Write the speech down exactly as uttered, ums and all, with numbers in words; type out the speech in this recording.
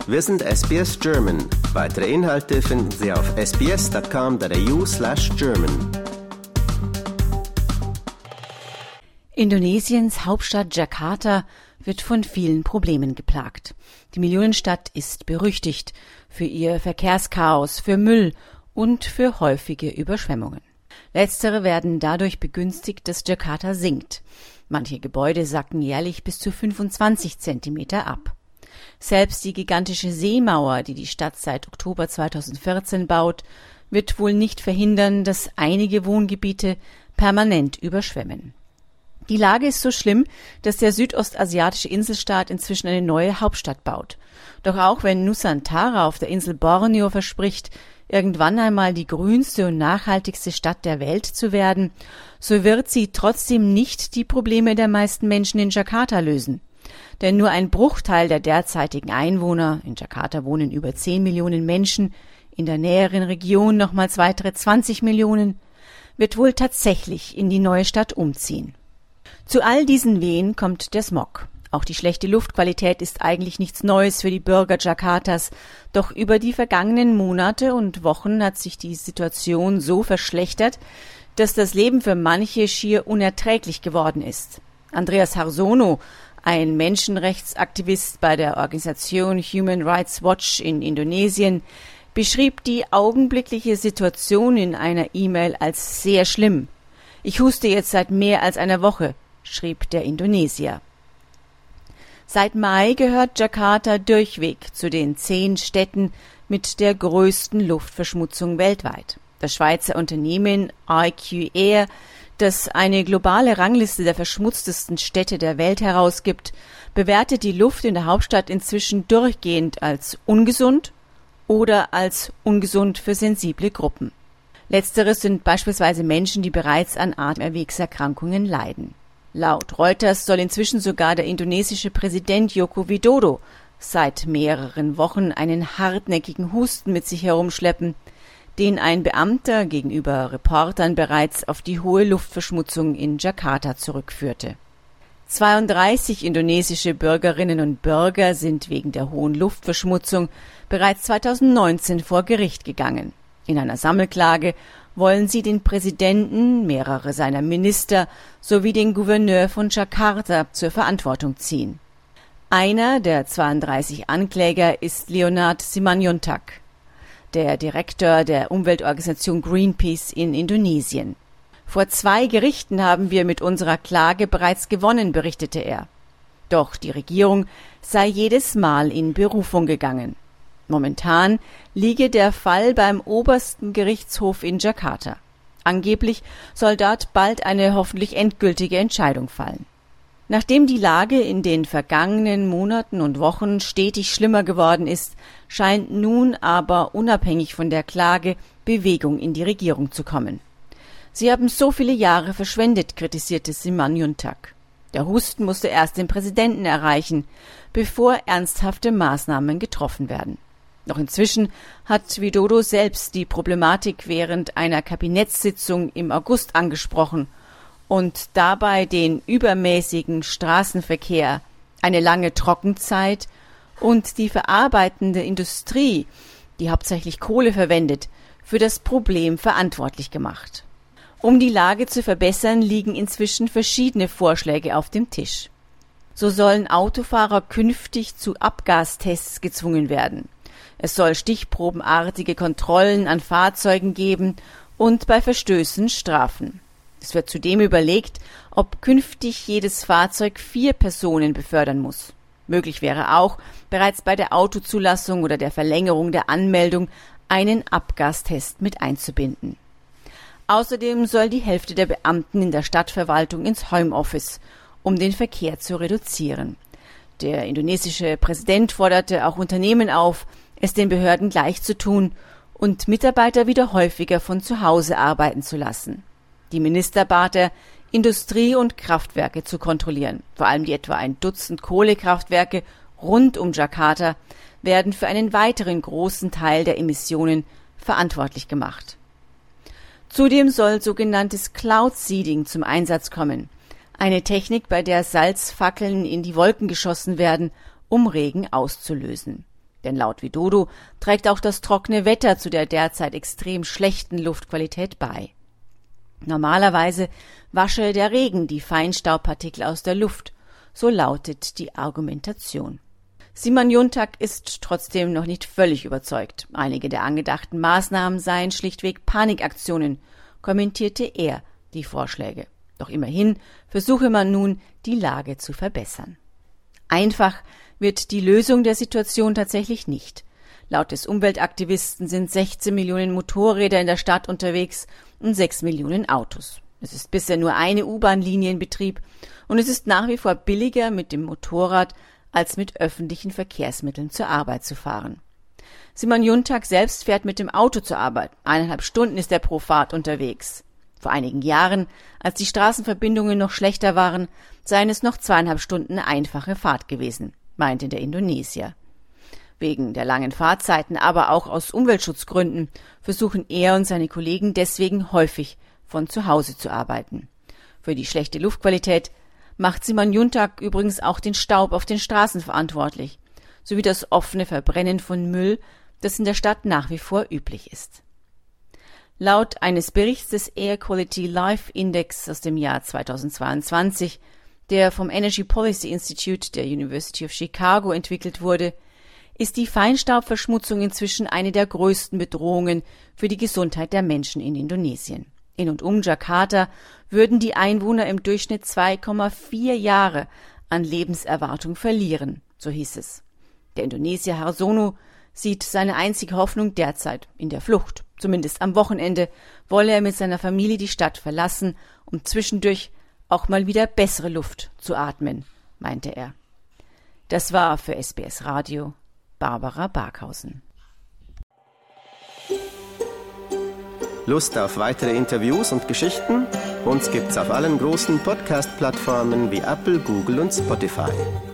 Wir sind S B S German. Weitere Inhalte finden Sie auf sbs.com.au slash German. Indonesiens Hauptstadt Jakarta wird von vielen Problemen geplagt. Die Millionenstadt ist berüchtigt für ihr Verkehrschaos, für Müll und für häufige Überschwemmungen. Letztere werden dadurch begünstigt, dass Jakarta sinkt. Manche Gebäude sacken jährlich bis zu fünfundzwanzig Zentimeter ab. Selbst die gigantische Seemauer, die die Stadt seit Oktober zweitausendvierzehn baut, wird wohl nicht verhindern, dass einige Wohngebiete permanent überschwemmen. Die Lage ist so schlimm, dass der südostasiatische Inselstaat inzwischen eine neue Hauptstadt baut. Doch auch wenn Nusantara auf der Insel Borneo verspricht, irgendwann einmal die grünste und nachhaltigste Stadt der Welt zu werden, so wird sie trotzdem nicht die Probleme der meisten Menschen in Jakarta lösen. Denn nur ein Bruchteil der derzeitigen Einwohner, in Jakarta wohnen über zehn Millionen Menschen, in der näheren Region nochmals weitere zwanzig Millionen, wird wohl tatsächlich in die neue Stadt umziehen. Zu all diesen Wehen kommt der Smog. Auch die schlechte Luftqualität ist eigentlich nichts Neues für die Bürger Jakartas. Doch über die vergangenen Monate und Wochen hat sich die Situation so verschlechtert, dass das Leben für manche schier unerträglich geworden ist. Andreas Harsono, ein Menschenrechtsaktivist bei der Organisation Human Rights Watch in Indonesien, beschrieb die augenblickliche Situation in einer E-Mail als sehr schlimm. Ich huste jetzt seit mehr als einer Woche, schrieb der Indonesier. Seit Mai gehört Jakarta durchweg zu den zehn Städten mit der größten Luftverschmutzung weltweit. Das Schweizer Unternehmen I Q Air, das eine globale Rangliste der verschmutztesten Städte der Welt herausgibt, bewertet die Luft in der Hauptstadt inzwischen durchgehend als ungesund oder als ungesund für sensible Gruppen. Letzteres sind beispielsweise Menschen, die bereits an Atemwegserkrankungen leiden. Laut Reuters soll inzwischen sogar der indonesische Präsident Joko Widodo seit mehreren Wochen einen hartnäckigen Husten mit sich herumschleppen, den ein Beamter gegenüber Reportern bereits auf die hohe Luftverschmutzung in Jakarta zurückführte. zweiunddreißig indonesische Bürgerinnen und Bürger sind wegen der hohen Luftverschmutzung bereits zweitausendneunzehn vor Gericht gegangen. In einer Sammelklage wollen sie den Präsidenten, mehrere seiner Minister sowie den Gouverneur von Jakarta zur Verantwortung ziehen. Einer der zweiunddreißig Ankläger ist Leonard Simanjuntak, der Direktor der Umweltorganisation Greenpeace in Indonesien. Vor zwei Gerichten haben wir mit unserer Klage bereits gewonnen, berichtete er. Doch die Regierung sei jedes Mal in Berufung gegangen. Momentan liege der Fall beim obersten Gerichtshof in Jakarta. Angeblich soll dort bald eine hoffentlich endgültige Entscheidung fallen. Nachdem die Lage in den vergangenen Monaten und Wochen stetig schlimmer geworden ist, scheint nun aber unabhängig von der Klage Bewegung in die Regierung zu kommen. Sie haben so viele Jahre verschwendet, kritisierte Simanjuntak. Der Husten musste erst den Präsidenten erreichen, bevor ernsthafte Maßnahmen getroffen werden. Doch inzwischen hat Widodo selbst die Problematik während einer Kabinettssitzung im August angesprochen und dabei den übermäßigen Straßenverkehr, eine lange Trockenzeit und die verarbeitende Industrie, die hauptsächlich Kohle verwendet, für das Problem verantwortlich gemacht. Um die Lage zu verbessern, liegen inzwischen verschiedene Vorschläge auf dem Tisch. So sollen Autofahrer künftig zu Abgastests gezwungen werden. Es soll stichprobenartige Kontrollen an Fahrzeugen geben und bei Verstößen Strafen. Es wird zudem überlegt, ob künftig jedes Fahrzeug vier Personen befördern muss. Möglich wäre auch, bereits bei der Autozulassung oder der Verlängerung der Anmeldung einen Abgastest mit einzubinden. Außerdem soll die Hälfte der Beamten in der Stadtverwaltung ins Homeoffice, um den Verkehr zu reduzieren. Der indonesische Präsident forderte auch Unternehmen auf, es den Behörden gleich zu tun und Mitarbeiter wieder häufiger von zu Hause arbeiten zu lassen. Die Minister bat er, Industrie und Kraftwerke zu kontrollieren. Vor allem die etwa ein Dutzend Kohlekraftwerke rund um Jakarta werden für einen weiteren großen Teil der Emissionen verantwortlich gemacht. Zudem soll sogenanntes Cloud Seeding zum Einsatz kommen, eine Technik, bei der Salzfackeln in die Wolken geschossen werden, um Regen auszulösen. Denn laut Widodo trägt auch das trockene Wetter zu der derzeit extrem schlechten Luftqualität bei. Normalerweise wasche der Regen die Feinstaubpartikel aus der Luft, so lautet die Argumentation. Simon Juntak ist trotzdem noch nicht völlig überzeugt. Einige der angedachten Maßnahmen seien schlichtweg Panikaktionen, kommentierte er die Vorschläge. Doch immerhin versuche man nun, die Lage zu verbessern. Einfach wird die Lösung der Situation tatsächlich nicht. Laut des Umweltaktivisten sind sechzehn Millionen Motorräder in der Stadt unterwegs und sechs Millionen Autos. Es ist bisher nur eine U-Bahn-Linie in Betrieb und es ist nach wie vor billiger, mit dem Motorrad als mit öffentlichen Verkehrsmitteln zur Arbeit zu fahren. Simon Juntak selbst fährt mit dem Auto zur Arbeit. Eineinhalb Stunden ist er pro Fahrt unterwegs. Vor einigen Jahren, als die Straßenverbindungen noch schlechter waren, seien es noch zweieinhalb Stunden eine einfache Fahrt gewesen, meinte der Indonesier. Wegen der langen Fahrzeiten, aber auch aus Umweltschutzgründen versuchen er und seine Kollegen deswegen häufig von zu Hause zu arbeiten. Für die schlechte Luftqualität macht Simon Juntak übrigens auch den Staub auf den Straßen verantwortlich, sowie das offene Verbrennen von Müll, das in der Stadt nach wie vor üblich ist. Laut eines Berichts des Air Quality Life Index aus dem Jahr zweitausendzweiundzwanzig, der vom Energy Policy Institute der University of Chicago entwickelt wurde, ist die Feinstaubverschmutzung inzwischen eine der größten Bedrohungen für die Gesundheit der Menschen in Indonesien. In und um Jakarta würden die Einwohner im Durchschnitt zwei Komma vier Jahre an Lebenserwartung verlieren, so hieß es. Der Indonesier Harsono sieht seine einzige Hoffnung derzeit in der Flucht. Zumindest am Wochenende wolle er mit seiner Familie die Stadt verlassen, um zwischendurch auch mal wieder bessere Luft zu atmen, meinte er. Das war für S B S Radio Barbara Barkhausen. Lust auf weitere Interviews und Geschichten? Uns gibt's auf allen großen Podcast-Plattformen wie Apple, Google und Spotify.